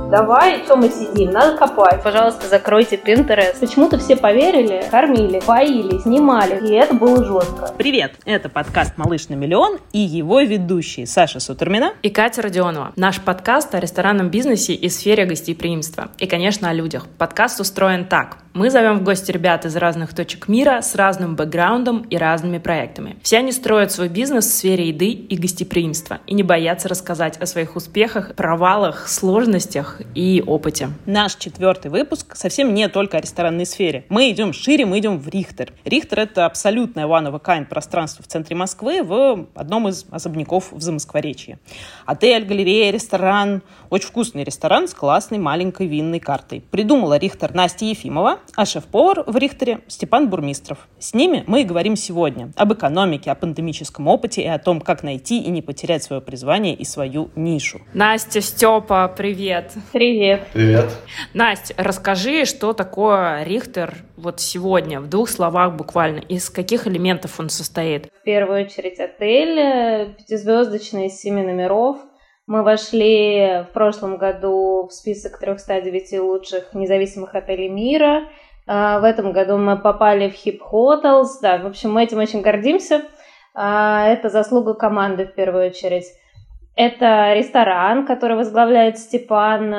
Давай, что мы сидим, надо копать. Пожалуйста, закройте Pinterest. Почему-то все поверили, кормили, поили, снимали, и это было жестко. Привет, это подкаст «Малыш на миллион» и его ведущие Саша Сутормина и Катя Родионова. Наш подкаст о ресторанном бизнесе и сфере гостеприимства. И, конечно, о людях. Подкаст устроен так. Мы зовем в гости ребят из разных точек мира с разным бэкграундом и разными проектами. Все они строят свой бизнес в сфере еды и гостеприимства и не боятся рассказать о своих успехах, провалах, сложностях и опыте. Наш 4-й выпуск совсем не только о ресторанной сфере. Мы идем шире, мы идем в Рихтер. Рихтер — это абсолютное one of a kind пространство в центре Москвы в одном из особняков в Замоскворечье. Отель, галерея, ресторан. Очень вкусный ресторан с классной маленькой винной картой. Придумала Рихтер Настя Ефимова, а шеф-повар в Рихтере Степан Бурмистров. С ними мы и говорим сегодня об экономике, о пандемическом опыте и о том, как найти и не потерять свое призвание и свою нишу. Настя, Степа, привет! Привет! Привет! Настя, расскажи, что такое Рихтер вот сегодня, в 2 словах буквально, из каких элементов он состоит? В первую очередь отель, 5-звездочный из 7 номеров. Мы вошли в прошлом году в список 309 лучших независимых отелей мира. В этом году мы попали в Hip Hotels. Да, в общем, мы этим очень гордимся. Это заслуга команды в первую очередь. Это ресторан, который возглавляет Степан,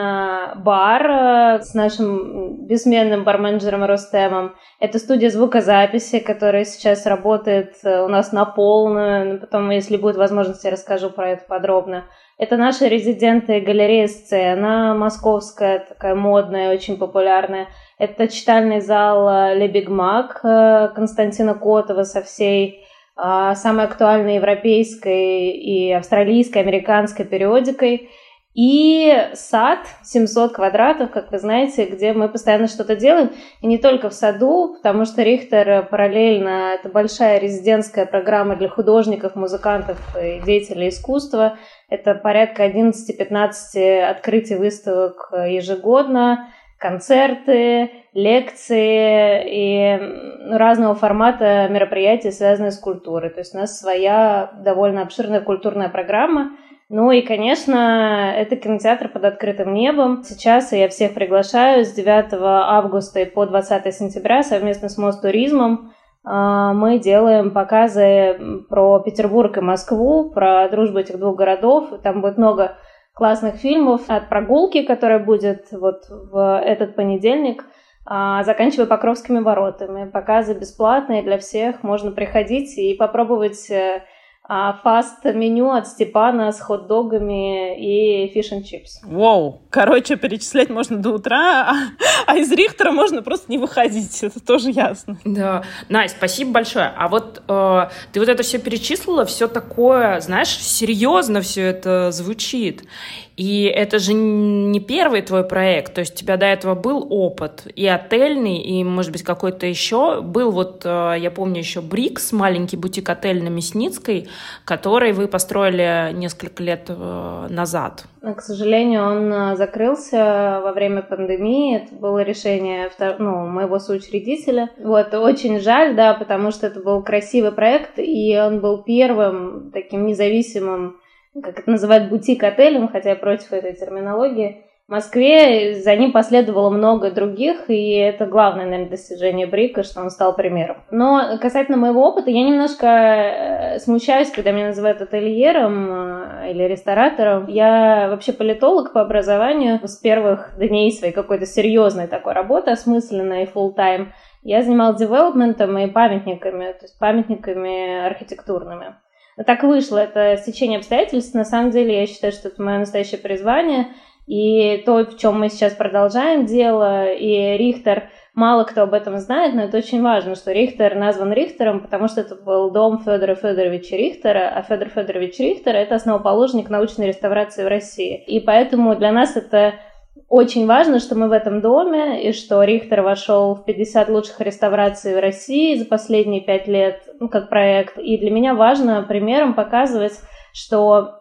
бар с нашим бессменным барменджером Рустемом. Это студия звукозаписи, которая сейчас работает у нас на полную. Потом, если будет возможность, я расскажу про это подробно. Это наши резиденты галерея «Сцена» московская, такая модная, очень популярная. Это читальный зал «Ле Биг Мак» Константина Котова со всей самой актуальной европейской и австралийской, американской периодикой. И сад 700 квадратов, как вы знаете, где мы постоянно что-то делаем. И не только в саду, потому что Рихтер параллельно, это большая резидентская программа для художников, музыкантов и деятелей искусства. Это порядка 11-15 открытий выставок ежегодно, концерты, лекции и разного формата мероприятий, связанные с культурой. То есть у нас своя довольно обширная культурная программа. Ну и, конечно, это кинотеатр под открытым небом. Сейчас я всех приглашаю с 9 августа и по 20 сентября совместно с Мостуризмом. Мы делаем показы про Петербург и Москву, про дружбу этих 2 городов. Там будет много классных фильмов. От прогулки, которая будет вот в этот понедельник, заканчивая Покровскими воротами. Показы бесплатные для всех. Можно приходить и попробовать фаст-меню от Степана с хот-догами и фиш-н-чипс. Вау! Короче, перечислять можно до утра, а из Рихтера можно просто не выходить. Это тоже ясно. Да. Настя, спасибо большое. А вот ты вот это все перечислила, все такое, знаешь, серьезно все это звучит. И это же не первый твой проект, то есть у тебя до этого был опыт и отельный, и, может быть, какой-то еще. Был вот, я помню, еще Брикс, маленький бутик-отель на Мясницкой, который вы построили несколько лет назад. К сожалению, он закрылся во время пандемии. Это было решение моего соучредителя. Вот, очень жаль, да, потому что это был красивый проект, и он был первым таким независимым, как это называют, бутик-отелем, хотя я против этой терминологии. В Москве за ним последовало много других, и это главное, наверное, достижение Брика, что он стал примером. Но касательно моего опыта, я немножко смущаюсь, когда меня называют ательером или ресторатором. Я вообще политолог по образованию. С первых дней своей какой-то серьезной такой работы, осмысленной, full-time, я занималась девелопментом и памятниками, то есть памятниками архитектурными. Так вышло, это стечение обстоятельств. На самом деле, я считаю, что это мое настоящее призвание. И то, в чем мы сейчас продолжаем дело, и Рихтер, мало кто об этом знает, но это очень важно, что Рихтер назван Рихтером, потому что это был дом Федора Федоровича Рихтера, а Федор Федорович Рихтер – это основоположник научной реставрации в России. И поэтому для нас это очень важно, что мы в этом доме, и что Рихтер вошел в 50 лучших реставраций в России за последние 5 лет, как проект. И для меня важно примером показывать, что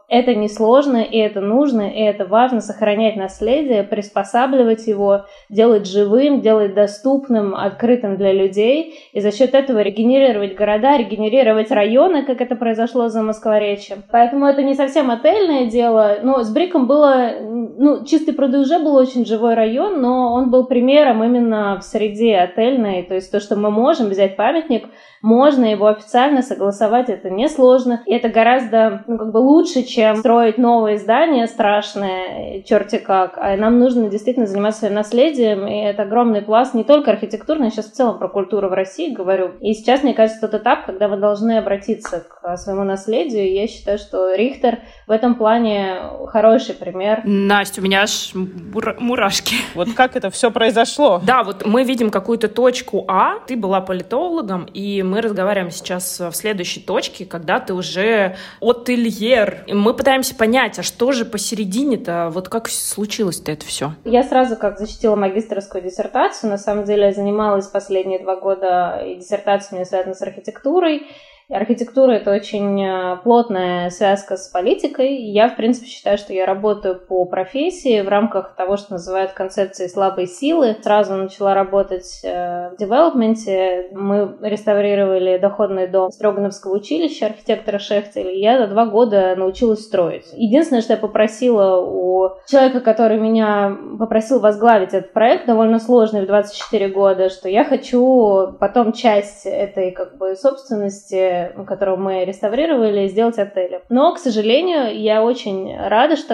это несложно, и это нужно, и это важно сохранять наследие, приспосабливать его, делать живым, делать доступным, открытым для людей, и за счет этого регенерировать города, регенерировать районы, как это произошло за Москворечьем. Поэтому это не совсем отельное дело, но с Бриком было, Чистые пруды уже был очень живой район, но он был примером именно в среде отельной, то есть то, что мы можем взять памятник, можно его официально согласовать, это несложно, и это гораздо лучше, чем строить новые здания страшные, черти как, а нам нужно действительно заниматься своим наследием, и это огромный пласт не только архитектурный, сейчас в целом про культуру в России говорю, и сейчас, мне кажется, тот этап, когда вы должны обратиться к своему наследию, и я считаю, что Рихтер в этом плане хороший пример. Настя, у меня аж мурашки. Вот как это все произошло? Да, вот мы видим какую-то точку А, ты была политологом, и мы разговариваем сейчас в следующей точке, когда ты уже отельер. И мы пытаемся понять, а что же посередине-то, вот как случилось-то это все? Я сразу как защитила магистерскую диссертацию, на самом деле я занималась последние 2 года, и диссертация у меня связана с архитектурой. Архитектура — это очень плотная связка с политикой. Я, в принципе, считаю, что я работаю по профессии в рамках того, что называют концепцией слабой силы. Сразу начала работать в девелопменте. Мы реставрировали доходный дом Строгановского училища архитектора Шехтеля. Я за 2 года научилась строить. Единственное, что я попросила у человека, который меня попросил возглавить этот проект, довольно сложный в 24 года, что я хочу потом часть этой собственности, которую мы реставрировали, сделать отелем. Но, к сожалению, я очень рада, что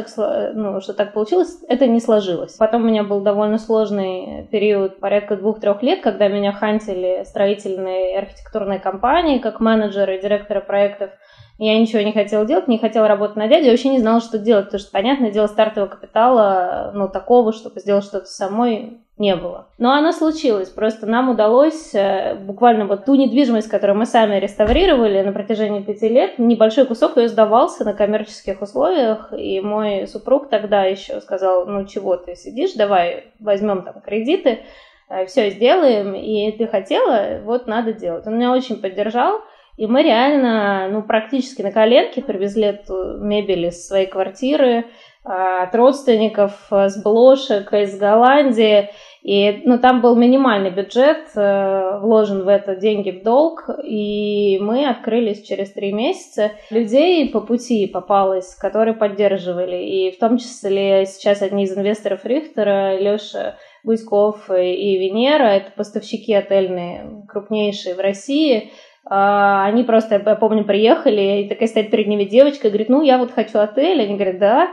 так получилось. Это не сложилось. Потом у меня был довольно сложный период, порядка 2-3 лет, когда меня хантили строительные и архитектурные компании как менеджера и директора проектов. Я ничего не хотела делать, не хотела работать на дядю, я вообще не знала, что делать, потому что, понятное дело, стартового капитала, такого, чтобы сделать что-то самой, не было. Но оно случилось, просто нам удалось буквально ту недвижимость, которую мы сами реставрировали на протяжении 5 лет, небольшой кусок ее сдавался на коммерческих условиях, и мой супруг тогда еще сказал, чего ты сидишь, давай возьмем кредиты, все сделаем, и ты хотела, надо делать. Он меня очень поддержал. И мы реально, практически на коленке привезли эту мебель из своей квартиры, от родственников, с Блошек, из Голландии. И, там был минимальный бюджет, вложен в это деньги в долг, и мы открылись через 3 месяца. Людей по пути попалось, которые поддерживали, и в том числе сейчас одни из инвесторов Рихтера, Леша Гуськов и Венера, это поставщики отельные, крупнейшие в России. Они просто, я помню, приехали, и такая стоит перед ними девочка, говорит, я хочу отель. Они говорят, да.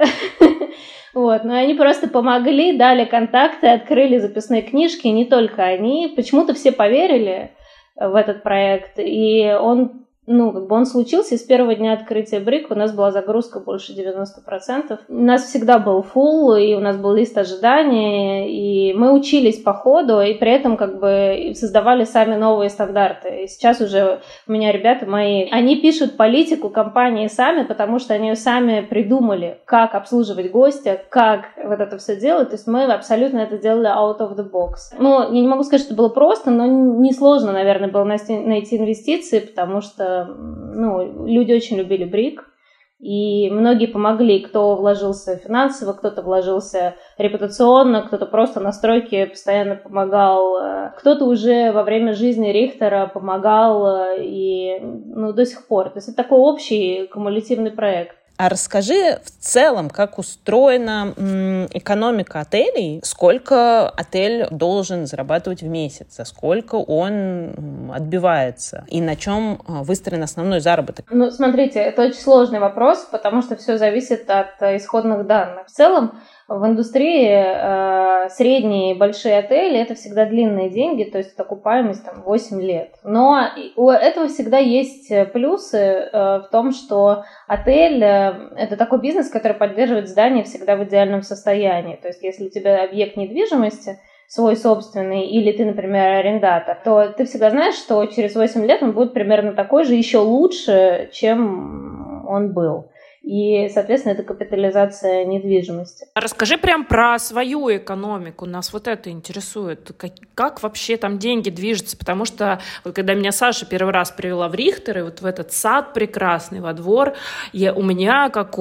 Но они просто помогли, дали контакты, открыли записные книжки, не только они. Почему-то все поверили в этот проект, и он случился, и с первого дня открытия Брик у нас была загрузка больше 90%. У нас всегда был фулл, и у нас был лист ожидания, и мы учились по ходу, и при этом создавали сами новые стандарты. И сейчас уже у меня ребята мои, они пишут политику компании сами, потому что они сами придумали, как обслуживать гостя, как это все делать. То есть мы абсолютно это делали out of the box. Я не могу сказать, что было просто, но несложно, наверное, было найти инвестиции, потому что люди очень любили Брик, и многие помогли, кто вложился финансово, кто-то вложился репутационно, кто-то просто на стройке постоянно помогал, кто-то уже во время жизни Рихтера помогал и до сих пор. То есть это такой общий кумулятивный проект. А расскажи в целом, как устроена экономика отелей, сколько отель должен зарабатывать в месяц, за сколько он отбивается и на чем выстроен основной заработок? Смотрите, это очень сложный вопрос, потому что все зависит от исходных данных. В целом, в индустрии средние и большие отели – это всегда длинные деньги, то есть окупаемость 8 лет. Но у этого всегда есть плюсы в том, что отель – это такой бизнес, который поддерживает здание всегда в идеальном состоянии. То есть если у тебя объект недвижимости свой собственный, или ты, например, арендатор, то ты всегда знаешь, что через 8 лет он будет примерно такой же, еще лучше, чем он был. и, соответственно, это капитализация недвижимости. Расскажи прям про свою экономику, нас вот это интересует. Как вообще там деньги движутся? Потому что вот когда меня Саша первый раз привела в Рихтер, и вот в этот сад прекрасный, во двор, у меня, как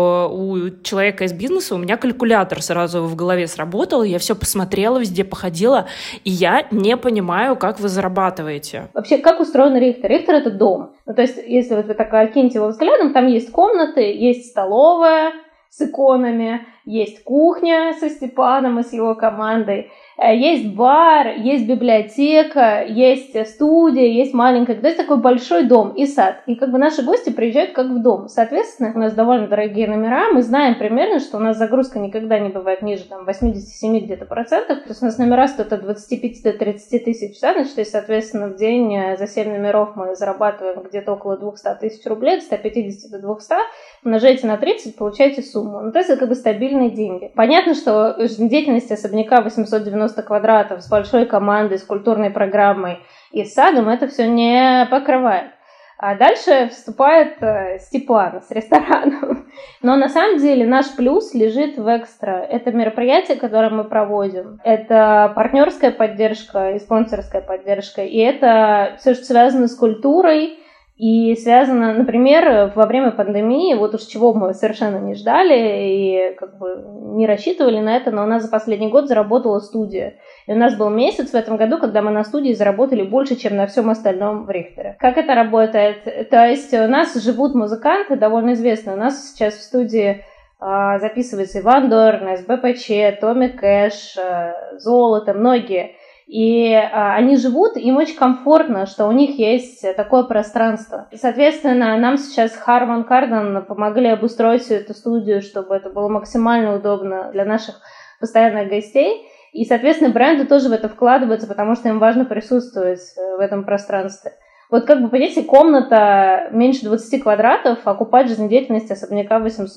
у человека из бизнеса, у меня калькулятор сразу в голове сработал, я все посмотрела, везде походила, и я не понимаю, как вы зарабатываете. Вообще, как устроен Рихтер? Рихтер — это дом. Ну, то есть, если вот вы так окинете его взглядом, там есть комнаты, есть столовая с иконами, есть кухня со Степаном и с его командой, есть бар, есть библиотека, есть студия, есть маленькая. То есть такой большой дом и сад. И как бы наши гости приезжают как в дом. Соответственно, у нас довольно дорогие номера. Мы знаем примерно, что у нас загрузка никогда не бывает ниже 87 где-то процентов. То есть у нас номера стоят от 25 до 30 тысяч за ночь. То есть, соответственно, в день за 7 номеров мы зарабатываем где-то около 200 тысяч рублей, от 150 до 200. Умножаете на 30, получаете сумму. Ну, то есть это как бы стабильные деньги. Понятно, что жизнедеятельность особняка 890 квадратов с большой командой, с культурной программой и с садом это все не покрывает. А дальше вступает Степан с рестораном. Но на самом деле наш плюс лежит в экстра. Это мероприятие, которое мы проводим. Это партнерская поддержка и спонсорская поддержка. И это все, что связано с культурой. И связано, например, во время пандемии, вот уж чего мы совершенно не ждали и как бы не рассчитывали на это, но у нас за последний год заработала студия. И у нас был месяц в этом году, когда мы на студии заработали больше, чем на всем остальном в Рихтере. Как это работает? То есть у нас живут музыканты довольно известные. У нас сейчас в студии записывается Иван Дорн, СБПЧ, Томми Кэш, Золото, многие. И они живут, им очень комфортно, что у них есть такое пространство. И, соответственно, нам сейчас Harman Kardon помогли обустроить всю эту студию, чтобы это было максимально удобно для наших постоянных гостей. И, соответственно, бренды тоже в это вкладываются, потому что им важно присутствовать в этом пространстве. Вот как бы, понимаете, комната меньше 20 квадратов окупает жизнедеятельность особняка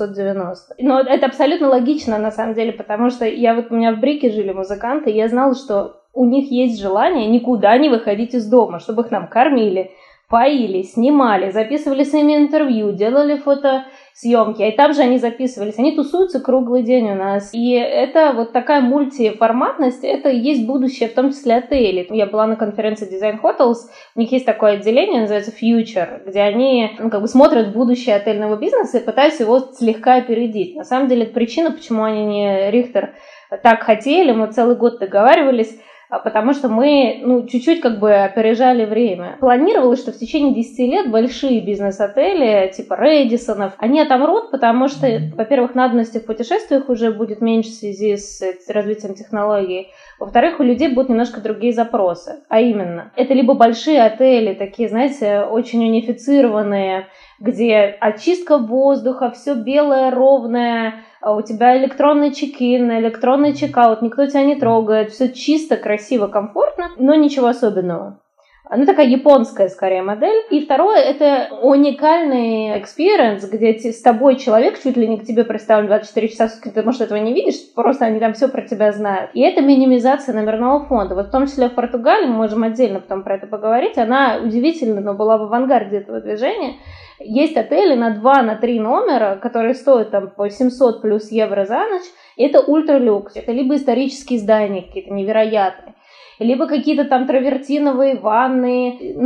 890. Но это абсолютно логично, на самом деле, потому что у меня в Брике жили музыканты, и я знала, что у них есть желание никуда не выходить из дома, чтобы их нам кормили, поили, снимали, записывали своими интервью, делали фотосъемки, и там же они записывались. Они тусуются круглый день у нас. И это вот такая мультиформатность, это и есть будущее, в том числе отелей. Я была на конференции Design Hotels, у них есть такое отделение, называется Future, где они смотрят будущее отельного бизнеса и пытаются его слегка опередить. На самом деле, это причина, почему они не Рихтер так хотели, мы целый год договаривались, потому что мы чуть-чуть как бы опережали время. Планировалось, что в течение 10 лет большие бизнес-отели типа Рэдисонов, они отомрут, потому что, во-первых, надобности в путешествиях уже будет меньше в связи с развитием технологий. Во-вторых, у людей будут немножко другие запросы. А именно, это либо большие отели, такие, знаете, очень унифицированные, где очистка воздуха, все белое, ровное, у тебя электронный чек-ин, электронный чек-аут, никто тебя не трогает, все чисто, красиво, комфортно, но ничего особенного. Такая японская, скорее, модель. И второе, это уникальный experience, где с тобой человек чуть ли не к тебе представлен 24 часа в сутки, ты, может, этого не видишь, просто они там все про тебя знают. И это минимизация номерного фонда. Вот в том числе в Португалии, мы можем отдельно потом про это поговорить, она удивительно, но была в авангарде этого движения. Есть отели на 2-3 номера, которые стоят там по 700 плюс евро за ночь. И это ультралюкс. Это либо исторические здания какие-то невероятные, либо какие-то там травертиновые ванны.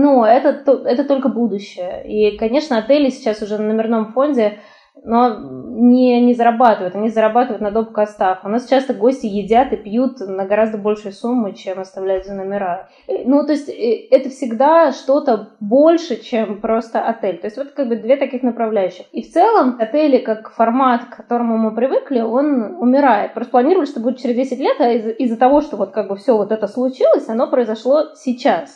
Это только будущее. И, конечно, отели сейчас уже на номерном фонде, но не зарабатывают. Они зарабатывают на доп. Костах. У нас часто гости едят и пьют на гораздо большей суммы, чем оставляют за номера. То есть это всегда что-то больше, чем просто отель. То есть вот как бы две таких направляющих. И в целом отели как формат, к которому мы привыкли, он умирает. Просто планировали, что будет через 10 лет, а из-за того, что вот как бы все вот это случилось, оно произошло сейчас.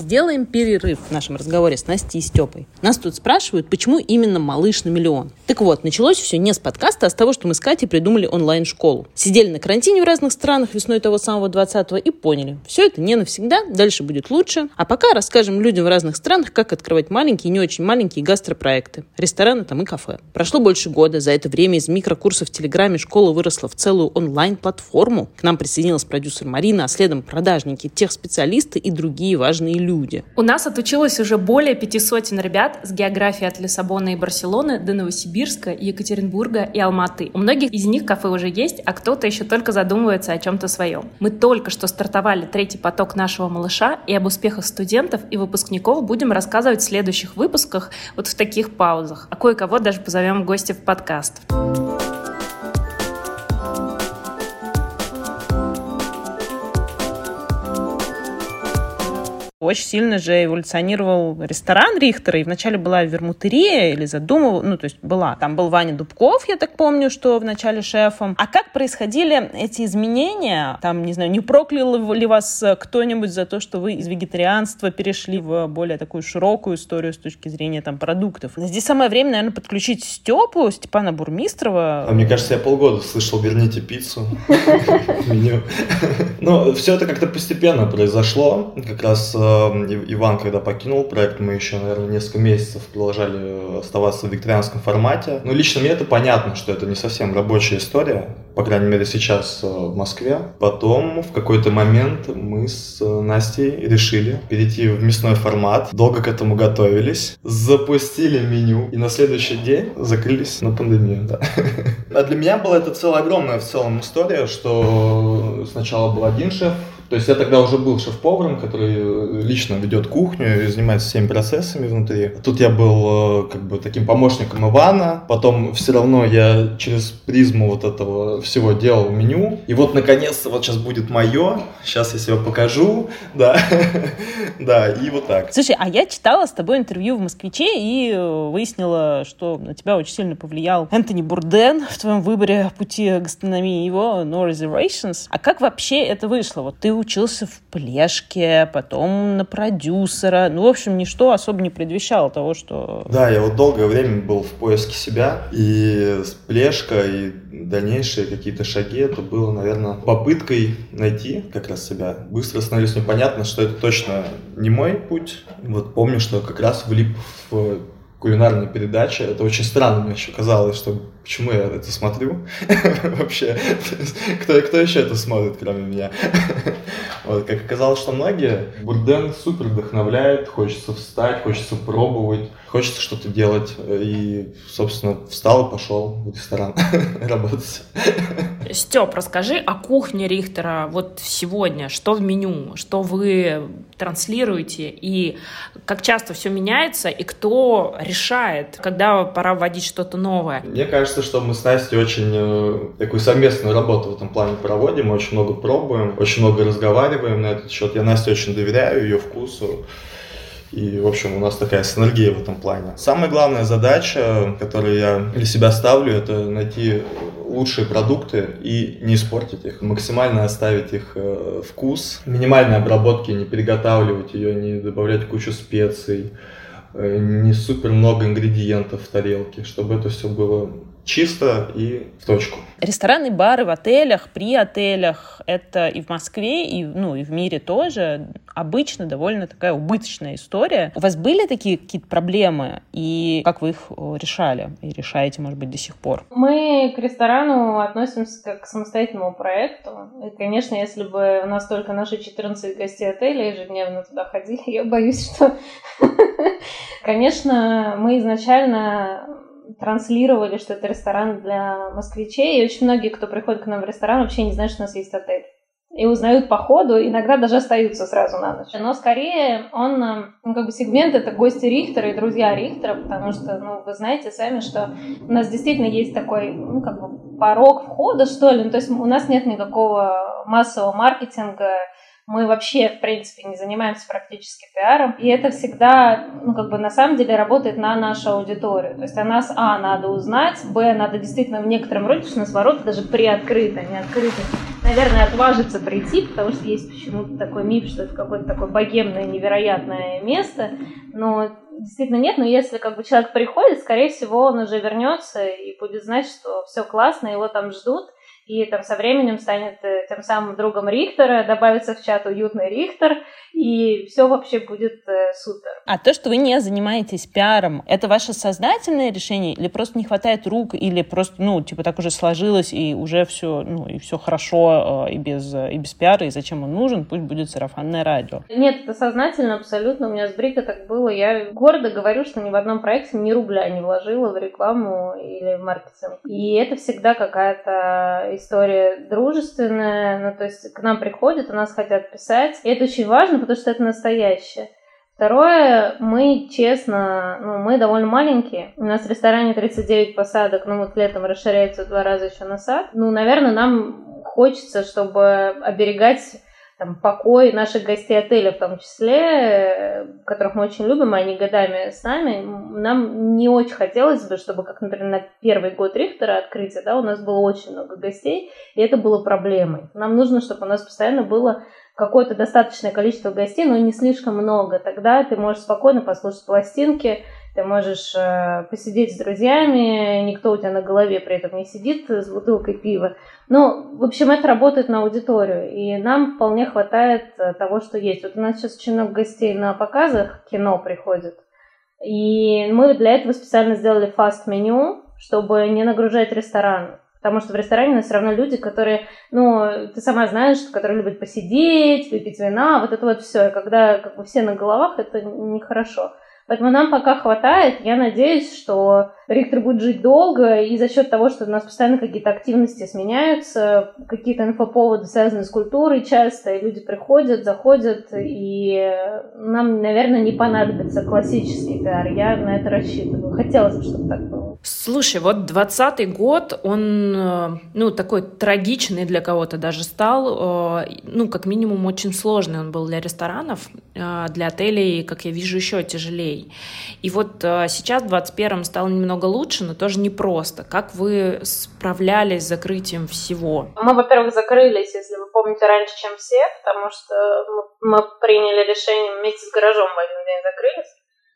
сделаем перерыв в нашем разговоре с Настей и Степой. Нас тут спрашивают, почему именно «Малыш на миллион». Так вот, началось все не с подкаста, а с того, что мы с Катей придумали онлайн-школу. Сидели на карантине в разных странах весной того самого 20-го и поняли, все это не навсегда, дальше будет лучше. А пока расскажем людям в разных странах, как открывать маленькие и не очень маленькие гастропроекты. Рестораны там и кафе. Прошло больше года. За это время из микрокурсов в Телеграме школа выросла в целую онлайн-платформу. К нам присоединилась продюсер Марина, а следом продажники, техспециалисты и другие важные люди. У нас отучилось уже более 500 ребят с географией от Лиссабона и Барселоны до Новосибирска, Екатеринбурга и Алматы. У многих из них кафе уже есть, а кто-то еще только задумывается о чем-то своем. Мы только что стартовали 3-й поток нашего малыша, и об успехах студентов и выпускников будем рассказывать в следующих выпусках вот в таких паузах. А кое-кого даже позовем в гости в подкаст. Очень сильно же эволюционировал ресторан Рихтера, и вначале была вермутерия, или задумывал, то есть была. Там был Ваня Дубков, я так помню, что вначале шефом. А как происходили эти изменения? Там, не знаю, не проклял ли вас кто-нибудь за то, что вы из вегетарианства перешли в более такую широкую историю с точки зрения там продуктов? Здесь самое время, наверное, подключить Степана Бурмистрова. Мне кажется, я полгода слышал «Верните пиццу» в меню. Но все это как-то постепенно произошло. Как раз Иван, когда покинул проект, мы еще, наверное, несколько месяцев продолжали оставаться в вегетарианском формате. Но лично мне это понятно, что это не совсем рабочая история, по крайней мере, сейчас в Москве. Потом в какой-то момент мы с Настей решили перейти в мясной формат. Долго к этому готовились, запустили меню и на следующий день закрылись на пандемию. Да. А для меня была это целая огромная в целом история, что сначала был один шеф. То есть я тогда уже был шеф-поваром, который лично ведет кухню и занимается всеми процессами внутри. Тут я был как бы таким помощником Ивана. Потом все равно я через призму вот этого всего делал меню. И вот наконец-то вот сейчас будет мое. Сейчас я себя покажу. Да, да, и вот так. Слушай, а я читала с тобой интервью в «Москвиче» и выяснила, что на тебя очень сильно повлиял Энтони Бурден в твоем выборе пути гастрономии, его No Reservations. А как вообще это вышло? Вот ты учился в Плешке, потом на продюсера. В общем, ничто особо не предвещало того, что... Да, я вот долгое время был в поиске себя, и Плешка, и дальнейшие какие-то шаги, это было, наверное, попыткой найти как раз себя. Быстро становилось непонятно, что это точно не мой путь. Вот помню, что как раз влип в кулинарной передаче. Это очень странно мне еще казалось, что почему я это смотрю вообще. Кто еще это смотрит, кроме меня? Вот, как оказалось, что многие. Бурден супер вдохновляет, хочется встать, хочется пробовать, хочется что-то делать. И, собственно, встал и пошел в ресторан работать. Степ, расскажи о кухне Рихтера вот сегодня. Что в меню, что вы транслируете, и как часто все меняется, и кто решает, когда пора вводить что-то новое? Мне кажется, что мы с Настей очень такую совместную работу в этом плане проводим, мы очень много пробуем, очень много разговариваем на этот счет. Я Насте очень доверяю, ее вкусу. И, в общем, у нас такая синергия в этом плане. Самая главная задача, которую я для себя ставлю, это найти лучшие продукты и не испортить их. Максимально оставить их вкус. Минимальной обработки, не переготавливать ее, не добавлять кучу специй, не супер много ингредиентов в тарелке, чтобы это все было чисто и в точку. Рестораны, бары в отелях, при отелях, это и в Москве, и в мире тоже обычно довольно такая убыточная история. У вас были такие какие-то проблемы, и как вы их решали? И решаете, может быть, до сих пор? Мы к ресторану относимся как к самостоятельному проекту. И, конечно, если бы у нас только наши 14 гостей отеля ежедневно туда ходили, я боюсь, что... Конечно, мы изначально транслировали, что это ресторан для москвичей, и очень многие, кто приходит к нам в ресторан, вообще не знают, что у нас есть отель. И узнают по ходу, иногда даже остаются сразу на ночь. Но скорее он, сегмент это гости Рихтера и друзья Рихтера, потому что, вы знаете сами, что у нас действительно есть такой, порог входа, что ли. То есть у нас нет никакого массового маркетинга, мы вообще, в принципе, не занимаемся практически пиаром, и это всегда, на самом деле работает на нашу аудиторию. То есть о нас, надо узнать, надо действительно в некотором роде, потому что у нас ворота даже приоткрыты, не открыты. наверное, отважиться прийти, потому что есть почему-то такой миф, что это какое-то такое богемное, невероятное место, но действительно нет, но если как бы человек приходит, скорее всего, он уже вернется и будет знать, что все классно, его там ждут, и там со временем станет тем самым другом Рихтера, добавится в чат уютный Рихтер, и все вообще будет супер. А то, что вы не занимаетесь пиаром, это ваше сознательное решение или просто не хватает рук, или просто, так уже сложилось, и уже все, и все хорошо и без пиара, и зачем он нужен, пусть будет сарафанное радио? Нет, это сознательно абсолютно. У меня с Брика так было. Я гордо говорю, что ни в одном проекте ни рубля не вложила в рекламу или в маркетинг. И это всегда какая-то история дружественная. То есть к нам приходят, у нас хотят писать. И это очень важно, потому что это настоящее. Второе, мы честно, мы довольно маленькие. У нас в ресторане 39 посадок, летом расширяется в 2 раза еще на сад. Наверное, нам хочется, чтобы оберегать покой наших гостей отеля в том числе, которых мы очень любим, и они годами с нами. Нам не очень хотелось бы, чтобы, как, например, на первый год Рихтера открытия, у нас было очень много гостей, и это было проблемой. Нам нужно, чтобы у нас постоянно было какое-то достаточное количество гостей, но не слишком много. Тогда ты можешь спокойно послушать пластинки, ты можешь посидеть с друзьями, никто у тебя на голове при этом не сидит с бутылкой пива. В общем, это работает на аудиторию, и нам вполне хватает того, что есть. Вот у нас сейчас очень много гостей на показах, кино приходит, и мы для этого специально сделали фаст-меню, чтобы не нагружать ресторан. Потому что в ресторане у нас все равно люди, которые, ты сама знаешь, которые любят посидеть, выпить вина, вот это вот все. И когда все на головах, это нехорошо. Поэтому нам пока хватает. Я надеюсь, что Рихтер будет жить долго, и за счет того, что у нас постоянно какие-то активности сменяются, какие-то инфоповоды связаны с культурой часто, и люди приходят, заходят, и нам, наверное, не понадобится классический пиар. Я на это рассчитываю. Хотелось бы, чтобы так было. Слушай, вот 2020 год, он, такой трагичный для кого-то даже стал, как минимум очень сложный он был для ресторанов, для отелей, как я вижу, еще тяжелее. И вот сейчас в 2021 стало немного лучше, но тоже непросто. Как вы справлялись с закрытием всего? Мы, во-первых, закрылись, если вы помните, раньше, чем все, потому что мы приняли решение вместе с гаражом в один день закрылись.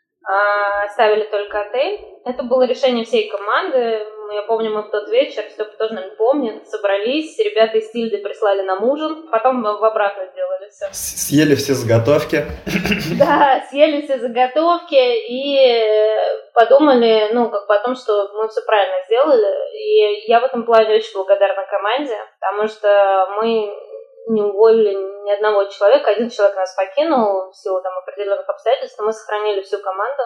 Оставили только отель. Это было решение всей команды. Я помню, мы в тот вечер, все тоже, наверное, помнят, собрались, ребята из Тильды прислали нам ужин, потом мы в обратно сделали все. Съели все заготовки. Да, съели все заготовки и подумали, о том, что мы все правильно сделали. И я в этом плане очень благодарна команде, потому что мы не уволили ни одного человека. Один человек нас покинул в силу определенных обстоятельств, но мы сохранили всю команду,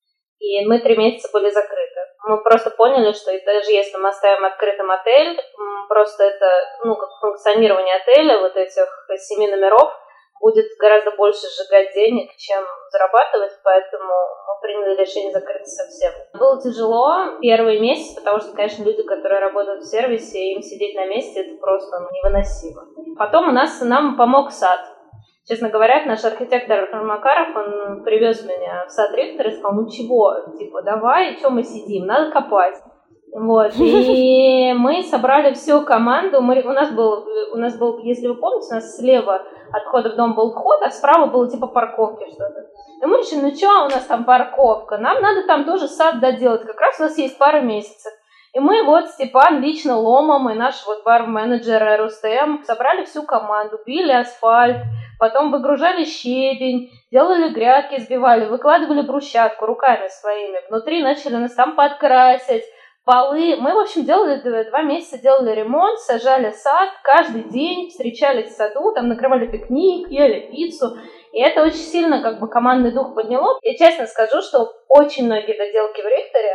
и мы 3 месяца были закрыты. Мы просто поняли, что даже если мы оставим открытым отель, просто это, как функционирование отеля, вот этих 7 номеров, будет гораздо больше сжигать денег, чем зарабатывать, поэтому мы приняли решение закрыться совсем. Было тяжело первый месяц, потому что, конечно, люди, которые работают в сервисе, им сидеть на месте, это просто невыносимо. Потом нам помог сад. Честно говоря, наш архитектор Макаров, он привез меня в сад Рихтера и сказал, давай, что мы сидим, надо копать. Вот, и мы собрали всю команду. У нас был, если вы помните, у нас слева от входа в дом был вход, а справа было парковки что-то. И мы решили, у нас там парковка, нам надо там тоже сад доделать, как раз у нас есть пара месяцев. И мы Степан лично ломом и наш бар-менеджер Рустем собрали всю команду, били асфальт, потом выгружали щебень, делали грядки, сбивали, выкладывали брусчатку руками своими, внутри начали нас там подкрасить, полы. Мы, в общем, 2 месяца делали ремонт, сажали сад, каждый день встречались в саду, накрывали пикник, ели пиццу. И это очень сильно командный дух подняло. Я честно скажу, что очень многие доделки в Рихтере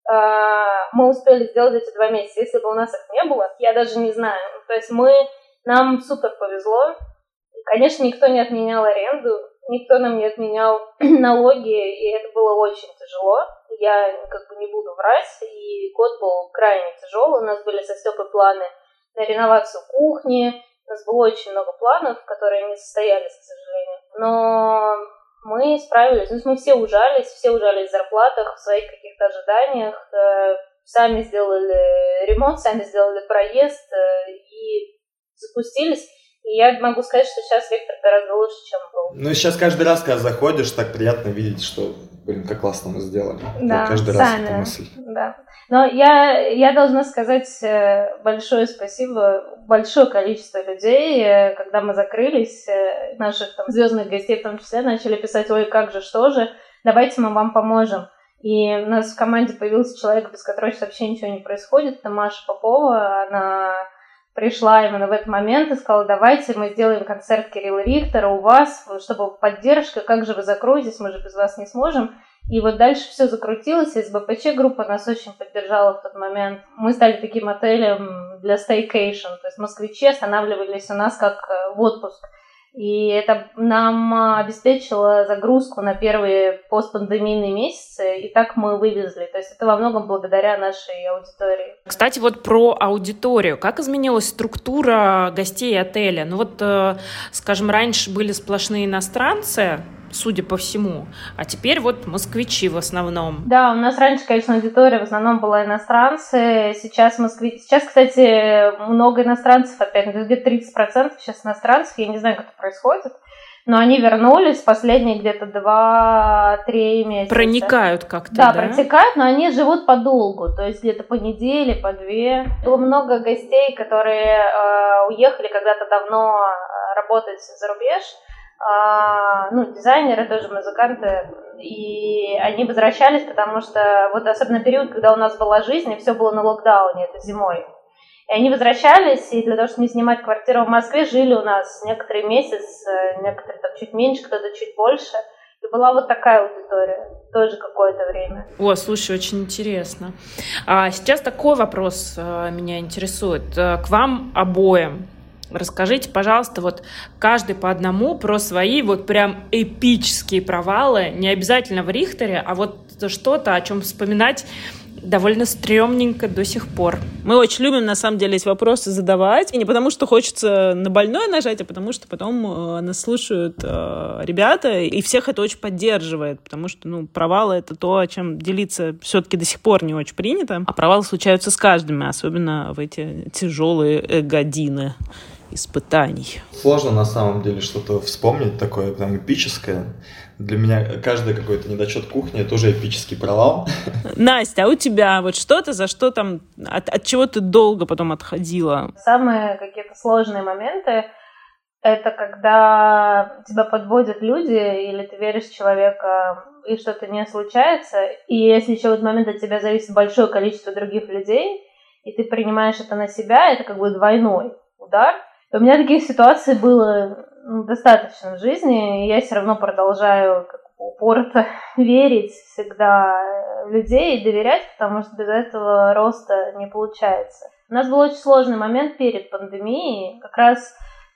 мы успели сделать эти 2 месяца. Если бы у нас их не было, я даже не знаю. То есть нам супер повезло. Конечно, никто не отменял аренду, никто нам не отменял налоги, и это было очень тяжело. Я не буду врать, и год был крайне тяжелый. У нас были со Степой планы на реновацию кухни, у нас было очень много планов, которые не состоялись, к сожалению. Но мы справились, мы все ужались в зарплатах, в своих каких-то ожиданиях, сами сделали ремонт, сами сделали проезд, и запустились. И я могу сказать, что сейчас Рихтер гораздо лучше, чем был. Ну и сейчас каждый раз, когда заходишь, так приятно видеть, что, блин, как классно мы сделали. Да, каждый сами, раз эта мысль. Да. Но я должна сказать большое спасибо, большое количество людей, когда мы закрылись, наших там звездных гостей в том числе, начали писать: ой, как же, что же, давайте мы вам поможем. И у нас в команде появился человек, без которого сейчас вообще ничего не происходит, это Маша Попова, она пришла именно в этот момент и сказала: давайте мы сделаем концерт Кирилла Рихтера у вас, чтобы поддержка, как же вы закроетесь, мы же без вас не сможем. И вот дальше все закрутилось, СБПЧ группа нас очень поддержала в тот момент. Мы стали таким отелем для staycation, то есть москвичи останавливались у нас как в отпуск. И это нам обеспечило загрузку на первые постпандемийные месяцы, и так мы вывезли. То есть это во многом благодаря нашей аудитории. Кстати, вот про аудиторию. Как изменилась структура гостей отеля? Ну вот, скажем, раньше были сплошные иностранцы, судя по всему, а теперь вот москвичи в основном. Да, у нас раньше, конечно, аудитория в основном была иностранцы, сейчас москвичи. Сейчас, кстати, много иностранцев опять, где-то 30% сейчас иностранцев, я не знаю, как это происходит, но они вернулись последние где-то 2-3 месяца. Проникают как-то, да? Да, проникают, но они живут подолгу, то есть где-то по неделе, по 2. Было много гостей, которые уехали когда-то давно работать за рубеж, дизайнеры, тоже музыканты, и они возвращались, потому что вот особенно период, когда у нас была жизнь, и все было на локдауне, это зимой. И они возвращались, и для того, чтобы не снимать квартиру в Москве, жили у нас некоторые месяц, некоторые там чуть меньше, кто-то чуть больше. И была вот такая аудитория, тоже какое-то время. О, слушай, очень интересно. Сейчас такой вопрос меня интересует. К вам обоим. Расскажите, пожалуйста, вот каждый по одному про свои вот прям эпические провалы, не обязательно в Рихтере, а вот что-то, о чем вспоминать довольно стрёмненько до сих пор. Мы очень любим, на самом деле, эти вопросы задавать. И не потому, что хочется на больное нажать, а потому что потом нас слушают ребята, и всех это очень поддерживает, потому что, провалы — это то, о чем делиться все-таки до сих пор не очень принято. А провалы случаются с каждым, особенно в эти тяжелые годины испытаний. Сложно на самом деле что-то вспомнить такое прям эпическое. Для меня каждый какой-то недочет кухни — это тоже эпический провал. Настя, а у тебя вот что-то, за что там, от чего ты долго потом отходила? Самые какие-то сложные моменты — это когда тебя подводят люди, или ты веришь в человека, и что-то не случается, и если еще в этот момент от тебя зависит большое количество других людей, и ты принимаешь это на себя, это как бы двойной удар. И у меня таких ситуаций было достаточно в жизни, и я все равно продолжаю упорно верить всегда в людей и доверять, потому что без этого роста не получается. У нас был очень сложный момент перед пандемией, как раз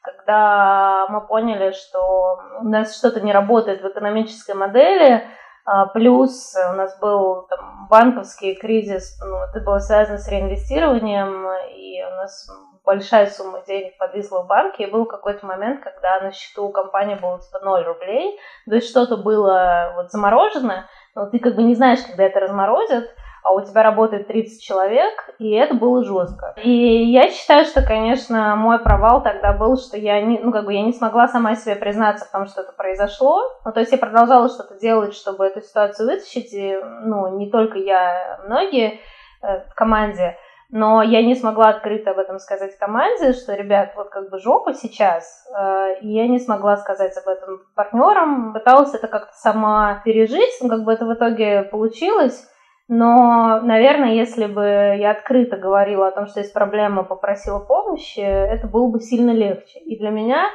когда мы поняли, что у нас что-то не работает в экономической модели, плюс у нас был банковский кризис, это было связано с реинвестированием, и у нас большая сумма денег подвисла в банке, и был какой-то момент, когда на счету у компании было 0 рублей, то есть что-то было заморожено, но ты не знаешь, когда это разморозят, а у тебя работает 30 человек, и это было жестко. И я считаю, что, конечно, мой провал тогда был, что я не смогла сама себе признаться в том, что это произошло. То есть я продолжала что-то делать, чтобы эту ситуацию вытащить, и, не только я, а многие в команде. Но я не смогла открыто об этом сказать команде, что, ребят, жопа сейчас. И я не смогла сказать об этом партнерам. Пыталась это как-то сама пережить, это в итоге получилось. Но, наверное, если бы я открыто говорила о том, что есть проблема, попросила помощи, это было бы сильно легче и для меня,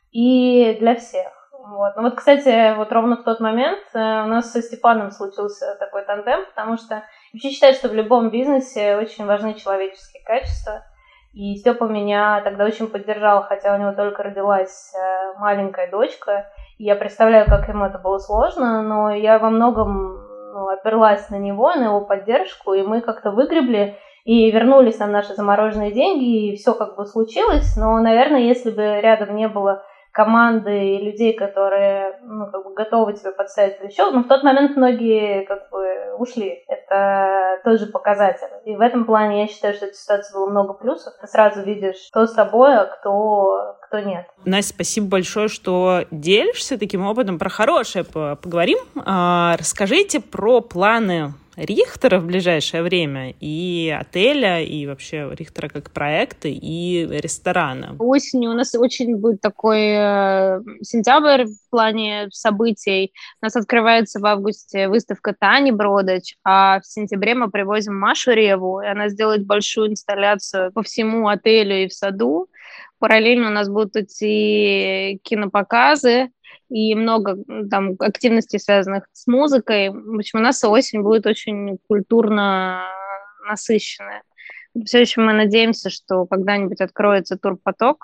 и для всех. Кстати, ровно в тот момент у нас со Степаном случился такой тандем, потому что вообще считаю, что в любом бизнесе очень важны человеческие качества. И Степа меня тогда очень поддержал, хотя у него только родилась маленькая дочка. И я представляю, как ему это было сложно, но я во многом оперлась на него, на его поддержку, и мы как-то выгребли и вернулись на наши замороженные деньги, и все случилось. Но, наверное, если бы рядом не было команды и людей, которые готовы тебе подставить плечо, в тот момент многие ушли. Это это тоже показатель. И в этом плане я считаю, что этой ситуации было много плюсов. Ты сразу видишь, кто с тобой, а кто нет. Настя, спасибо большое, что делишься таким опытом. Про хорошее поговорим. Расскажите про планы Рихтера в ближайшее время, и отеля, и вообще Рихтера как проекта, и ресторана. Осенью у нас очень будет такой сентябрь в плане событий. У нас открывается в августе выставка Тани Бродач, а в сентябре мы привозим Машу Реву, и она сделает большую инсталляцию по всему отелю и в саду. Параллельно у нас будут идти кинопоказы, и много там активностей, связанных с музыкой. В общем, у нас осень будет очень культурно насыщенная. Все еще мы надеемся, что когда-нибудь откроется турпоток,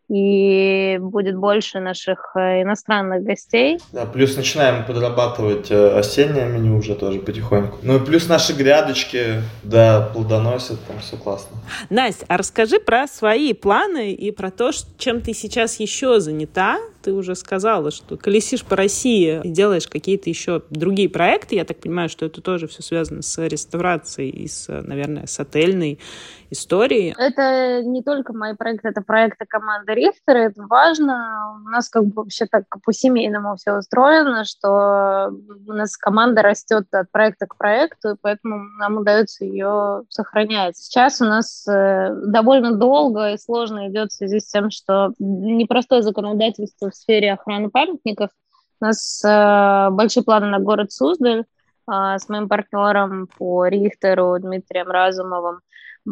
и будет больше наших иностранных гостей. Да, плюс начинаем подрабатывать осеннее меню уже тоже потихоньку. Ну и плюс наши грядочки, да, плодоносят, там все классно. Настя, а расскажи про свои планы и про то, чем ты сейчас еще занята. Ты уже сказала, что колесишь по России и делаешь какие-то еще другие проекты. Я так понимаю, что это тоже все связано с реставрацией и, наверное, с отельной историей. Это не только мои проекты, это проекты команды Рихтера. Это важно. У нас как бы вообще так по-семейному все устроено, что у нас команда растет от проекта к проекту, и поэтому нам удается ее сохранять. Сейчас у нас довольно долго и сложно идет в связи с тем, что непростое законодательство в сфере охраны памятников. У нас большие планы на город Суздаль с моим партнером по Рихтеру Дмитрием Разумовым.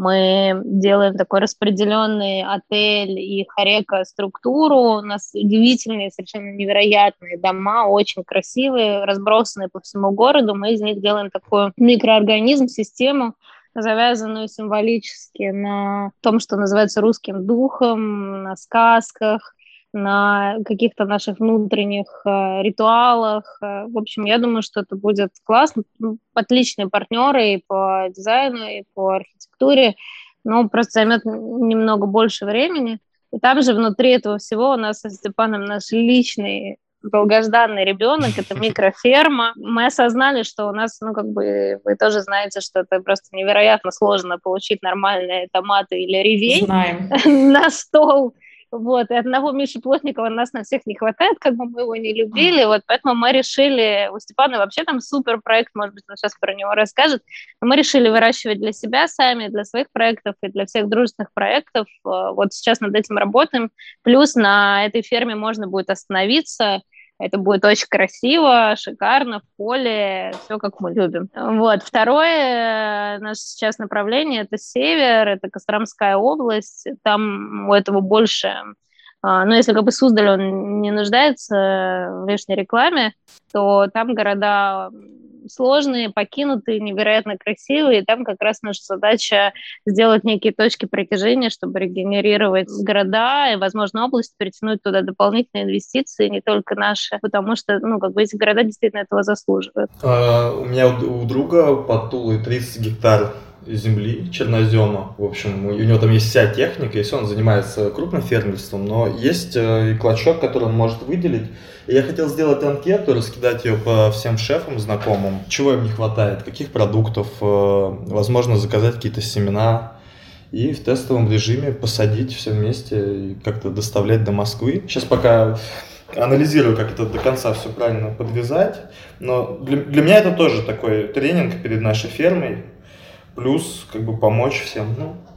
Мы делаем такой распределенный отель и хорека-структуру. У нас удивительные, совершенно невероятные дома, очень красивые, разбросанные по всему городу. Мы из них делаем такой микроорганизм, систему, завязанную символически на том, что называется русским духом, на сказках, на каких-то наших внутренних ритуалах. В общем, я думаю, что это будет классно. Отличные партнеры и по дизайну, и по архитектуре, но просто займет немного больше времени. И там же внутри этого всего у нас со Степаном наш личный долгожданный ребенок, это микроферма. Мы осознали, что у нас, вы тоже знаете, что это просто невероятно сложно получить нормальные томаты или ревень на стол. Вот, и одного Миши Плотникова нас на всех не хватает, как бы мы его не любили, вот, поэтому мы решили, у Степана вообще там супер проект, может быть, он сейчас про него расскажет, но мы решили выращивать для себя сами, для своих проектов и для всех дружественных проектов, вот сейчас над этим работаем, плюс на этой ферме можно будет остановиться. Это будет очень красиво, шикарно, в поле, все как мы любим. Вот. Второе наше сейчас направление – это север, это Костромская область. Там у этого больше… если как бы Суздаль, он не нуждается в лишней рекламе, то там города сложные, покинутые, невероятно красивые, и там как раз наша задача сделать некие точки притяжения, чтобы регенерировать города и, возможно, область, притянуть туда дополнительные инвестиции, не только наши, потому что, эти города действительно этого заслуживают. У меня у друга под Тулой 30 гектар земли, чернозема. В общем, у него там есть вся техника, если он занимается крупным фермерством, но есть и клочок, который он может выделить. И я хотел сделать анкету, раскидать ее по всем шефам, знакомым, чего им не хватает, каких продуктов, возможно, заказать какие-то семена и в тестовом режиме посадить все вместе и как-то доставлять до Москвы. Сейчас пока анализирую, как это до конца все правильно подвязать, но для меня это тоже такой тренинг перед нашей фермой, плюс как бы помочь всем.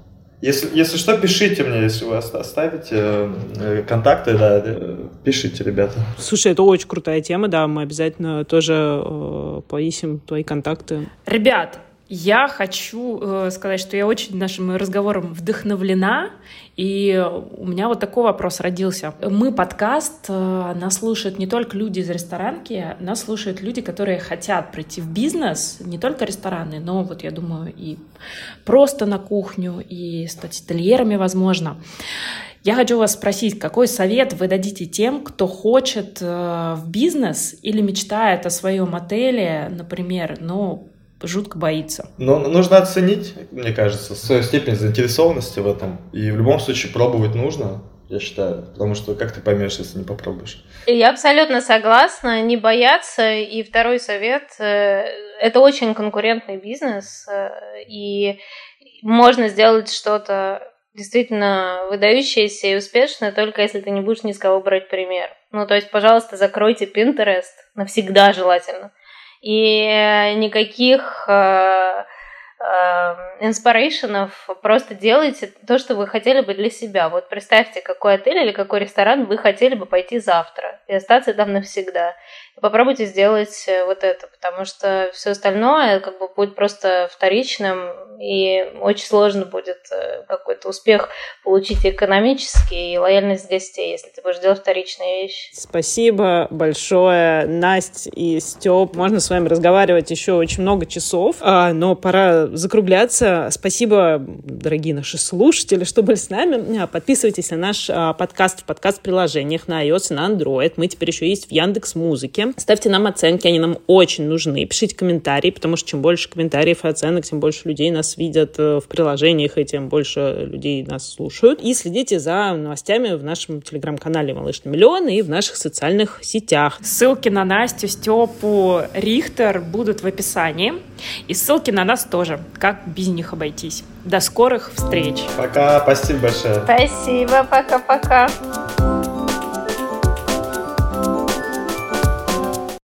Если что, пишите мне, если вы оставите контакты, да, пишите, ребята. Слушай, это очень крутая тема, да, мы обязательно тоже поищем твои контакты. Ребят, я хочу сказать, что я очень нашим разговором вдохновлена, и у меня вот такой вопрос родился. Подкаст, нас слушают не только люди из ресторанки, нас слушают люди, которые хотят прийти в бизнес, не только рестораны, но вот я думаю и просто на кухню, и стать ательерами, возможно. Я хочу вас спросить, какой совет вы дадите тем, кто хочет в бизнес или мечтает о своем отеле, например, но жутко боится? Нужно оценить, мне кажется, свою степень заинтересованности в этом. И в любом случае пробовать нужно. я считаю. Потому что как ты поймешь, если не попробуешь? Я абсолютно согласна, не бояться. И второй совет – это очень конкурентный бизнес, и можно сделать что-то действительно выдающееся и успешное, только если ты не будешь ни с кого брать пример. Ну, то есть, пожалуйста, закройте Pinterest навсегда желательно. И никаких инспирейшенов, просто делайте то, что вы хотели бы для себя. Вот представьте, какой отель или какой ресторан вы хотели бы пойти завтра и остаться там навсегда. И попробуйте сделать вот это, потому что все остальное как бы будет просто вторичным, и очень сложно будет какой-то успех получить экономический и лояльность гостей, если ты будешь делать вторичные вещи. Спасибо большое, Настя и Стёп. Можно с вами разговаривать еще очень много часов, но пора закругляться. Спасибо, дорогие наши слушатели, что были с нами. Подписывайтесь на наш подкаст в подкаст-приложениях на iOS и на Android. Мы теперь еще есть в Яндекс.Музыке. Ставьте нам оценки, они нам очень нужны. Пишите комментарии, потому что чем больше комментариев и оценок, тем больше людей нас видят в приложениях, и тем больше людей нас слушают. И следите за новостями в нашем телеграм-канале «Малыш на миллион» и в наших социальных сетях. Ссылки на Настю, Степу, Рихтер будут в описании. И ссылки на нас тоже, как без них обойтись. До скорых встреч. Пока, спасибо большое. Спасибо, пока-пока.